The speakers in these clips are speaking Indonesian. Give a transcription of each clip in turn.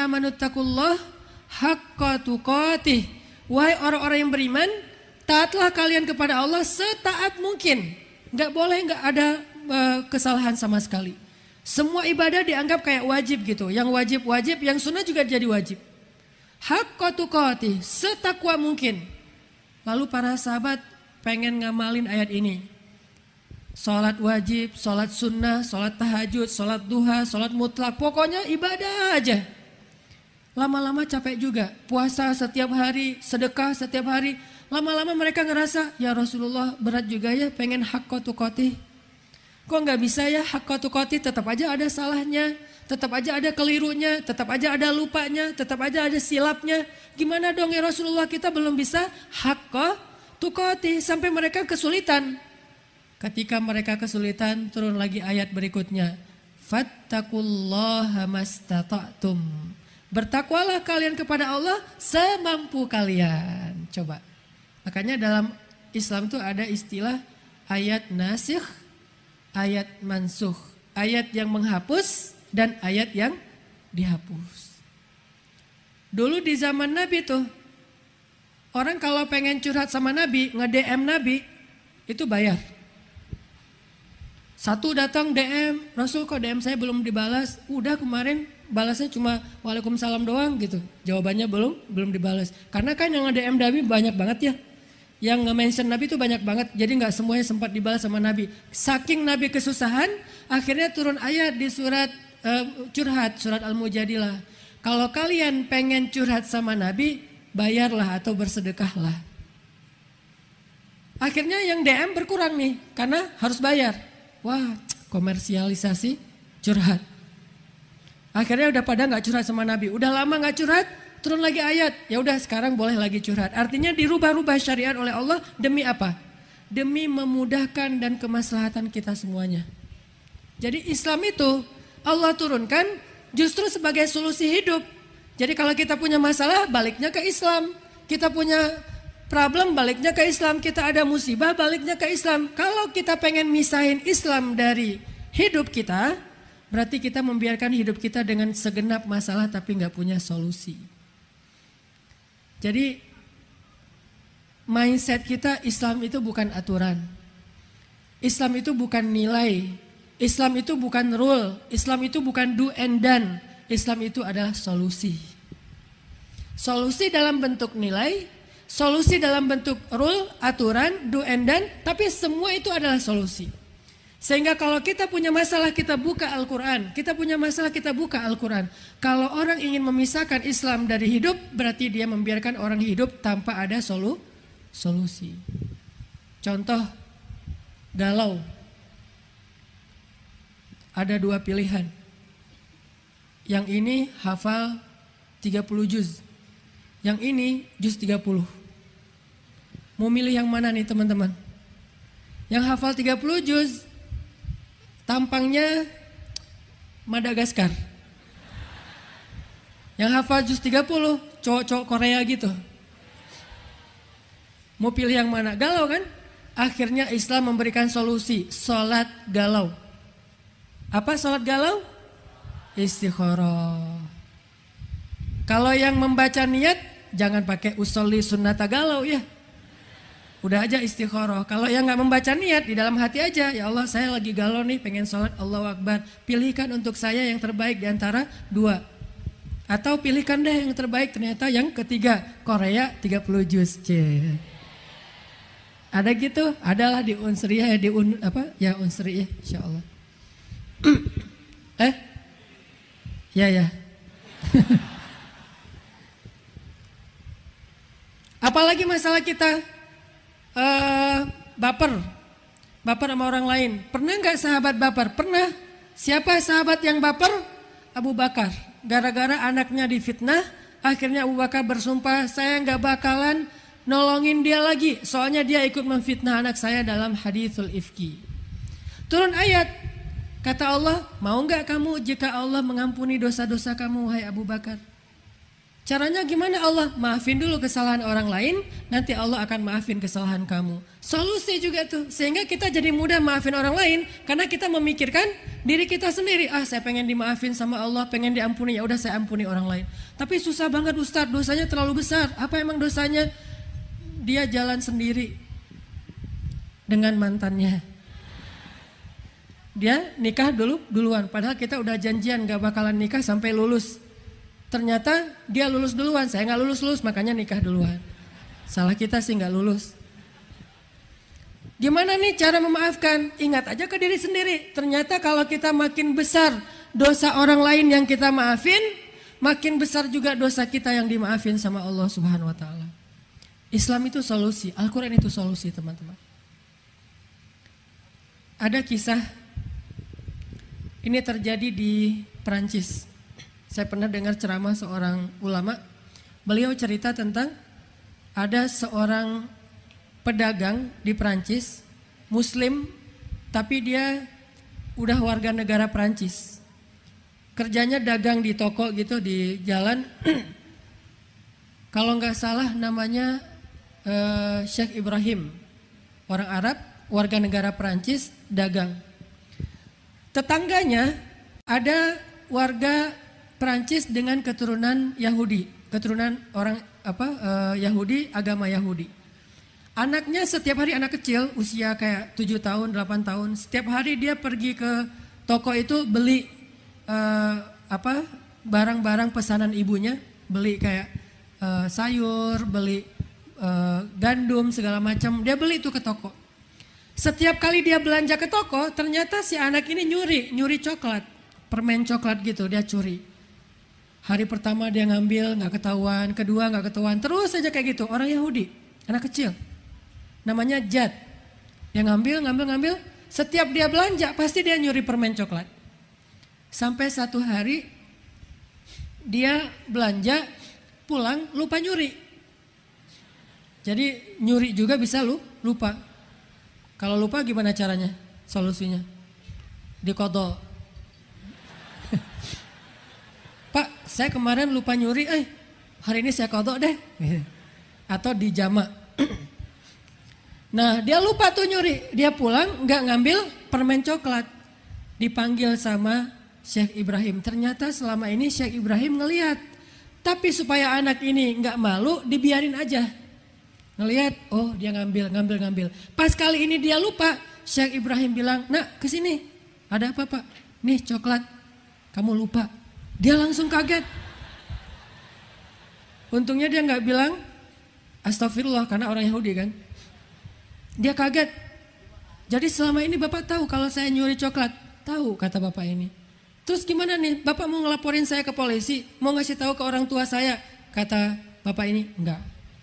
amanu taqullah haqqa tuqatih. Wahai orang-orang yang beriman, taatlah kalian kepada Allah setaat mungkin. Nggak ada kesalahan sama sekali. Semua ibadah dianggap kayak wajib gitu. Yang wajib, yang sunnah juga jadi wajib. Haqqa tuqatih, setakwa mungkin. Lalu para sahabat pengen ngamalin ayat ini. Sholat wajib, sholat sunnah, sholat tahajud, sholat duha, sholat mutlak. Pokoknya ibadah aja. Lama-lama capek juga. Puasa setiap hari, sedekah setiap hari. Lama-lama mereka ngerasa, ya Rasulullah berat juga ya pengen haqqa tuqatih. Kok nggak bisa ya haqqa tuqatih, tetap aja ada salahnya. Tetap aja ada kelirunya, tetap aja ada lupanya, tetap aja ada silapnya. Gimana dong ya Rasulullah, kita belum bisa haqqa tuqatih. Sampai mereka kesulitan. Ketika mereka kesulitan, turun lagi ayat berikutnya. Fattaqullaha mastata'tum. Bertakwalah kalian kepada Allah semampu kalian. Coba. Makanya dalam Islam itu ada istilah ayat nasikh, ayat mansukh. Ayat yang menghapus dan ayat yang dihapus. Dulu di zaman Nabi tuh, orang kalau pengen curhat sama Nabi, nge-DM Nabi, itu bayar. Satu datang DM, Rasul kok DM saya belum dibalas. Udah kemarin balasnya cuma waalaikumsalam doang gitu. Jawabannya belum dibalas. Karena kan yang nge-DM Nabi banyak banget ya. Yang nge-mention Nabi itu banyak banget. Jadi gak semuanya sempat dibalas sama Nabi. Saking Nabi kesusahan, akhirnya turun ayat di surat curhat, surat Al-Mujadilah. Kalau kalian pengen curhat sama Nabi, bayarlah atau bersedekahlah. Akhirnya yang DM berkurang nih, karena harus bayar. Wah, komersialisasi curhat. Akhirnya udah pada nggak curhat sama Nabi. Udah lama nggak curhat, turun lagi ayat. Ya udah sekarang boleh lagi curhat. Artinya dirubah-rubah syariat oleh Allah demi apa? Demi memudahkan dan kemaslahatan kita semuanya. Jadi Islam itu Allah turunkan justru sebagai solusi hidup. Jadi kalau kita punya masalah, baliknya ke Islam. Kita punya problem, baliknya ke Islam. Kita ada musibah, baliknya ke Islam. Kalau kita pengen misahin Islam dari hidup kita, berarti kita membiarkan hidup kita dengan segenap masalah tapi nggak punya solusi. Jadi mindset kita, Islam itu bukan aturan. Islam itu bukan nilai. Islam itu bukan rule. Islam itu bukan do and done. Islam itu adalah solusi. Solusi dalam bentuk nilai, solusi dalam bentuk rule, aturan, do and done, tapi semua itu adalah solusi. Sehingga kalau kita punya masalah kita buka Al-Quran, kita punya masalah kita buka Al-Quran. Kalau orang ingin memisahkan Islam dari hidup, berarti dia membiarkan orang hidup tanpa ada solusi. Contoh, galau. Ada dua pilihan. Yang ini hafal 30 juz. Yang ini juz 30. Mau milih yang mana nih teman-teman? Yang hafal 30 juz tampangnya Madagaskar. Yang hafal juz 30 cowok-cowok Korea gitu. Mau pilih yang mana? Galau kan? Akhirnya Islam memberikan solusi, sholat galau. Apa sholat galau? Istikharah. Kalau yang membaca niat, jangan pakai usolli sunnata galau ya. Udah aja istikharah. Kalau yang gak membaca niat, di dalam hati aja, ya Allah saya lagi galau nih pengen sholat, Allahu Akbar. Pilihkan untuk saya yang terbaik di antara dua. Atau pilihkan deh yang terbaik, ternyata yang ketiga, Korea 30 juz. Ada gitu? Adalah di Unsriyah, ya Unsriyah insyaallah. Ya. Apalagi masalah kita baper sama orang lain. Pernah nggak sahabat baper? Pernah. Siapa sahabat yang baper? Abu Bakar. Gara-gara anaknya difitnah, akhirnya Abu Bakar bersumpah, saya nggak bakalan nolongin dia lagi. Soalnya dia ikut memfitnah anak saya dalam haditsul ifki. Turun ayat. Kata Allah, mau nggak kamu jika Allah mengampuni dosa-dosa kamu, wahai Abu Bakar? Caranya gimana Allah? Maafin dulu kesalahan orang lain, nanti Allah akan maafin kesalahan kamu. Solusi juga tuh, sehingga kita jadi mudah maafin orang lain, karena kita memikirkan diri kita sendiri. Saya pengen dimaafin sama Allah, pengen diampuni, ya udah saya ampuni orang lain. Tapi susah banget Ustadz, dosanya terlalu besar. Apa emang dosanya? Dia jalan sendiri dengan mantannya. Dia nikah duluan, padahal kita udah janjian gak bakalan nikah sampai lulus. Ternyata dia lulus duluan, saya gak lulus, makanya nikah duluan. Salah kita sih gak lulus. Gimana nih cara memaafkan? Ingat aja ke diri sendiri. Ternyata kalau kita makin besar dosa orang lain yang kita maafin, makin besar juga dosa kita yang dimaafin sama Allah Subhanahu wa taala. Islam itu solusi, Al-Quran itu solusi, teman-teman. Ada kisah, ini terjadi di Perancis. Saya pernah dengar ceramah seorang ulama, beliau cerita tentang ada seorang pedagang di Perancis, Muslim, tapi dia udah warga negara Perancis. Kerjanya dagang di toko gitu, di jalan. Kalau nggak salah namanya Syekh Ibrahim, orang Arab, warga negara Perancis, dagang. Tetangganya ada warga Perancis dengan keturunan Yahudi, keturunan orang Yahudi, agama Yahudi. Anaknya setiap hari, anak kecil usia kayak 7 tahun, 8 tahun, setiap hari dia pergi ke toko itu beli barang-barang pesanan ibunya, beli kayak sayur, beli gandum segala macam, dia beli itu ke toko. Setiap kali dia belanja ke toko, ternyata si anak ini nyuri coklat, permen coklat gitu, dia curi. Hari pertama dia ngambil, nggak ketahuan, kedua nggak ketahuan, terus saja kayak gitu. Orang Yahudi, anak kecil, namanya Jad. Dia ngambil. Setiap dia belanja, pasti dia nyuri permen coklat. Sampai satu hari dia belanja, pulang lupa nyuri. Jadi nyuri juga bisa lupa. Kalau lupa gimana caranya? Solusinya dikodok. Pak, saya kemarin lupa nyuri, hari ini saya kodok deh. Atau dijamak. Nah, dia lupa tuh nyuri. Dia pulang nggak ngambil permen coklat. Dipanggil sama Syekh Ibrahim. Ternyata selama ini Syekh Ibrahim ngelihat. Tapi supaya anak ini nggak malu, dibiarin aja. Ngelihat, oh dia ngambil. Pas kali ini dia lupa, Syekh Ibrahim bilang, "Nak, kesini. Ada apa, Pak? Nih coklat. Kamu lupa." Dia langsung kaget. Untungnya dia nggak bilang astagfirullah karena orang Yahudi kan. Dia kaget. Jadi selama ini Bapak tahu kalau saya nyuri coklat? Tahu, kata Bapak ini. Terus gimana nih? Bapak mau ngelaporin saya ke polisi? Mau ngasih tahu ke orang tua saya? Kata Bapak ini, enggak.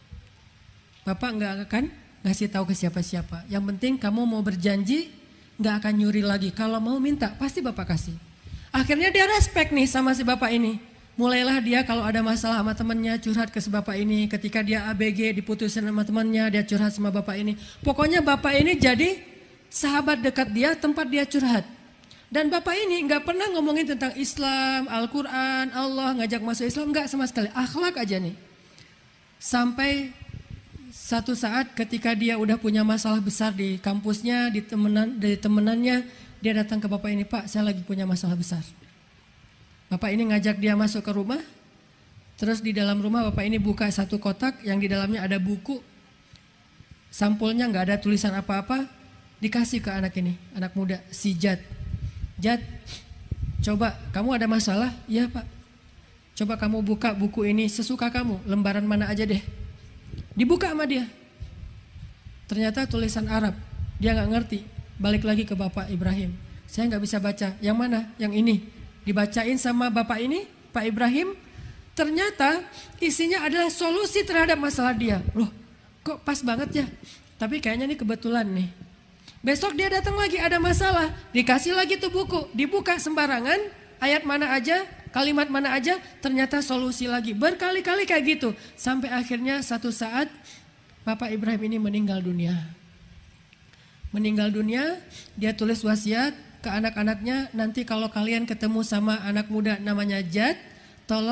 Bapak nggak akan ngasih tahu ke siapa-siapa. Yang penting kamu mau berjanji nggak akan nyuri lagi. Kalau mau minta pasti Bapak kasih. Akhirnya dia respect nih sama si bapak ini. Mulailah dia kalau ada masalah sama temannya curhat ke si bapak ini. Ketika dia ABG diputusin sama temannya, dia curhat sama bapak ini. Pokoknya bapak ini jadi sahabat dekat dia, tempat dia curhat. Dan bapak ini nggak pernah ngomongin tentang Islam, Al-Quran, Allah, ngajak masuk Islam, nggak sama sekali. Akhlak aja nih. Sampai satu saat ketika dia udah punya masalah besar di kampusnya, di temenannya, dia datang ke bapak ini, "Pak, saya lagi punya masalah besar." Bapak ini ngajak dia masuk ke rumah. Terus di dalam rumah bapak ini buka satu kotak yang di dalamnya ada buku. Sampulnya nggak ada tulisan apa-apa. Dikasih ke anak ini, anak muda, si Jad. "Jad, coba kamu ada masalah?" "Iya, Pak." "Coba kamu buka buku ini sesuka kamu, lembaran mana aja deh." Dibuka sama dia. Ternyata tulisan Arab. Dia nggak ngerti. Balik lagi ke Bapak Ibrahim. "Saya nggak bisa baca." "Yang mana?" "Yang ini." Dibacain sama Bapak ini, Pak Ibrahim. Ternyata isinya adalah solusi terhadap masalah dia. Loh, kok pas banget ya? Tapi kayaknya ini kebetulan nih. Besok dia datang lagi ada masalah. Dikasih lagi tuh buku. Dibuka sembarangan, ayat mana aja, kalimat mana aja, ternyata solusi lagi. Berkali-kali kayak gitu. Sampai akhirnya satu saat Bapak Ibrahim ini meninggal dunia. Meninggal dunia, dia tulis wasiat ke anak-anaknya, nanti kalau kalian ketemu sama anak muda namanya Jad, tolong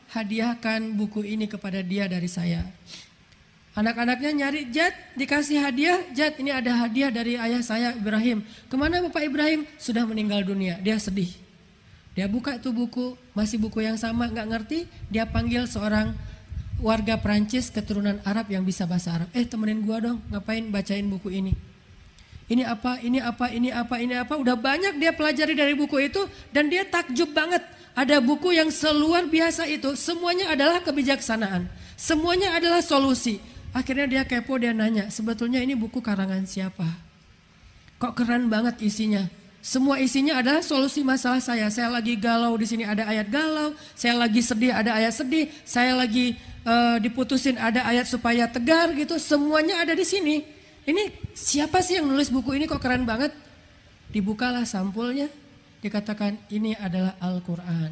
hadiahkan buku ini kepada dia dari saya. Anak-anaknya nyari, Jad dikasih hadiah, Jad ini ada hadiah dari ayah saya Ibrahim. Kemana Bapak Ibrahim? Sudah meninggal dunia, dia sedih. Dia buka tuh buku, masih buku yang sama, gak ngerti. Dia panggil seorang warga Prancis keturunan Arab yang bisa bahasa Arab. Temenin gua dong, ngapain bacain buku ini. Ini apa, ini apa, ini apa, ini apa. Udah banyak dia pelajari dari buku itu dan dia takjub banget. Ada buku yang seluar biasa itu, semuanya adalah kebijaksanaan. Semuanya adalah solusi. Akhirnya dia kepo, dia nanya, sebetulnya ini buku karangan siapa? Kok keren banget isinya? Semua isinya adalah solusi masalah saya. Saya lagi galau, di sini ada ayat galau. Saya lagi sedih, ada ayat sedih. Saya lagi diputusin, ada ayat supaya tegar gitu. Semuanya ada di sini. Ini siapa sih yang nulis buku ini, kok keren banget? Dibukalah sampulnya, dikatakan ini adalah Al-Quran.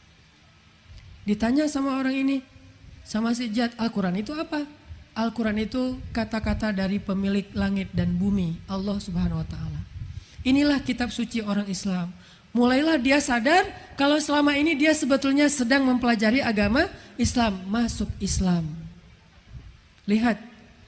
Ditanya sama orang ini, sama si Jad, Al-Quran itu apa? Al-Quran itu kata-kata dari pemilik langit dan bumi, Allah Subhanahu wa Ta'ala. Inilah kitab suci orang Islam. Mulailah dia sadar kalau selama ini dia sebetulnya sedang mempelajari agama Islam, masuk Islam. Lihat,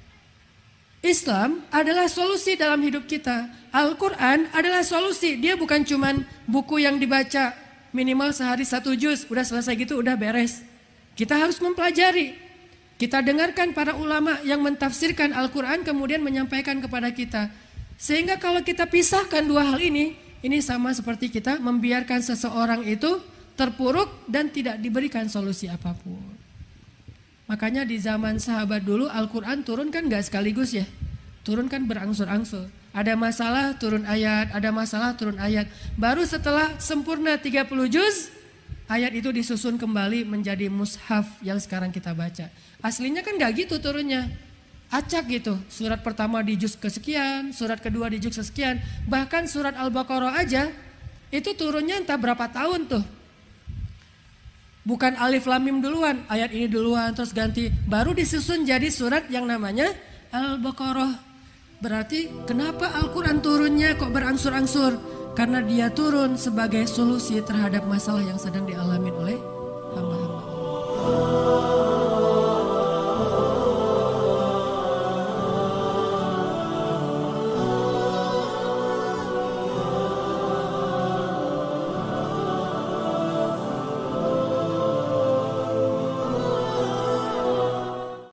Islam adalah solusi dalam hidup kita. Al-Quran adalah solusi. Dia bukan cuman buku yang dibaca minimal sehari 1 juz, udah selesai gitu, udah beres. Kita harus mempelajari. Kita dengarkan para ulama yang mentafsirkan Al-Quran kemudian menyampaikan kepada kita. Sehingga kalau kita pisahkan dua hal ini sama seperti kita membiarkan seseorang itu terpuruk dan tidak diberikan solusi apapun. Makanya di zaman sahabat dulu Al-Quran turun kan gak sekaligus ya. Turun kan berangsur-angsur. Ada masalah turun ayat, ada masalah turun ayat. Baru setelah sempurna 30 juz, ayat itu disusun kembali menjadi mushaf yang sekarang kita baca. Aslinya kan gak gitu turunnya. Acak gitu, surat pertama di juz kesekian, surat kedua di juz kesekian. Bahkan surat Al-Baqarah aja itu turunnya entah berapa tahun tuh. Bukan alif lam mim duluan, ayat ini duluan terus ganti. Baru disusun jadi surat yang namanya Al-Baqarah. Berarti kenapa Al-Quran turunnya kok berangsur-angsur? Karena dia turun sebagai solusi terhadap masalah yang sedang dialami oleh hamba-hamba Allah.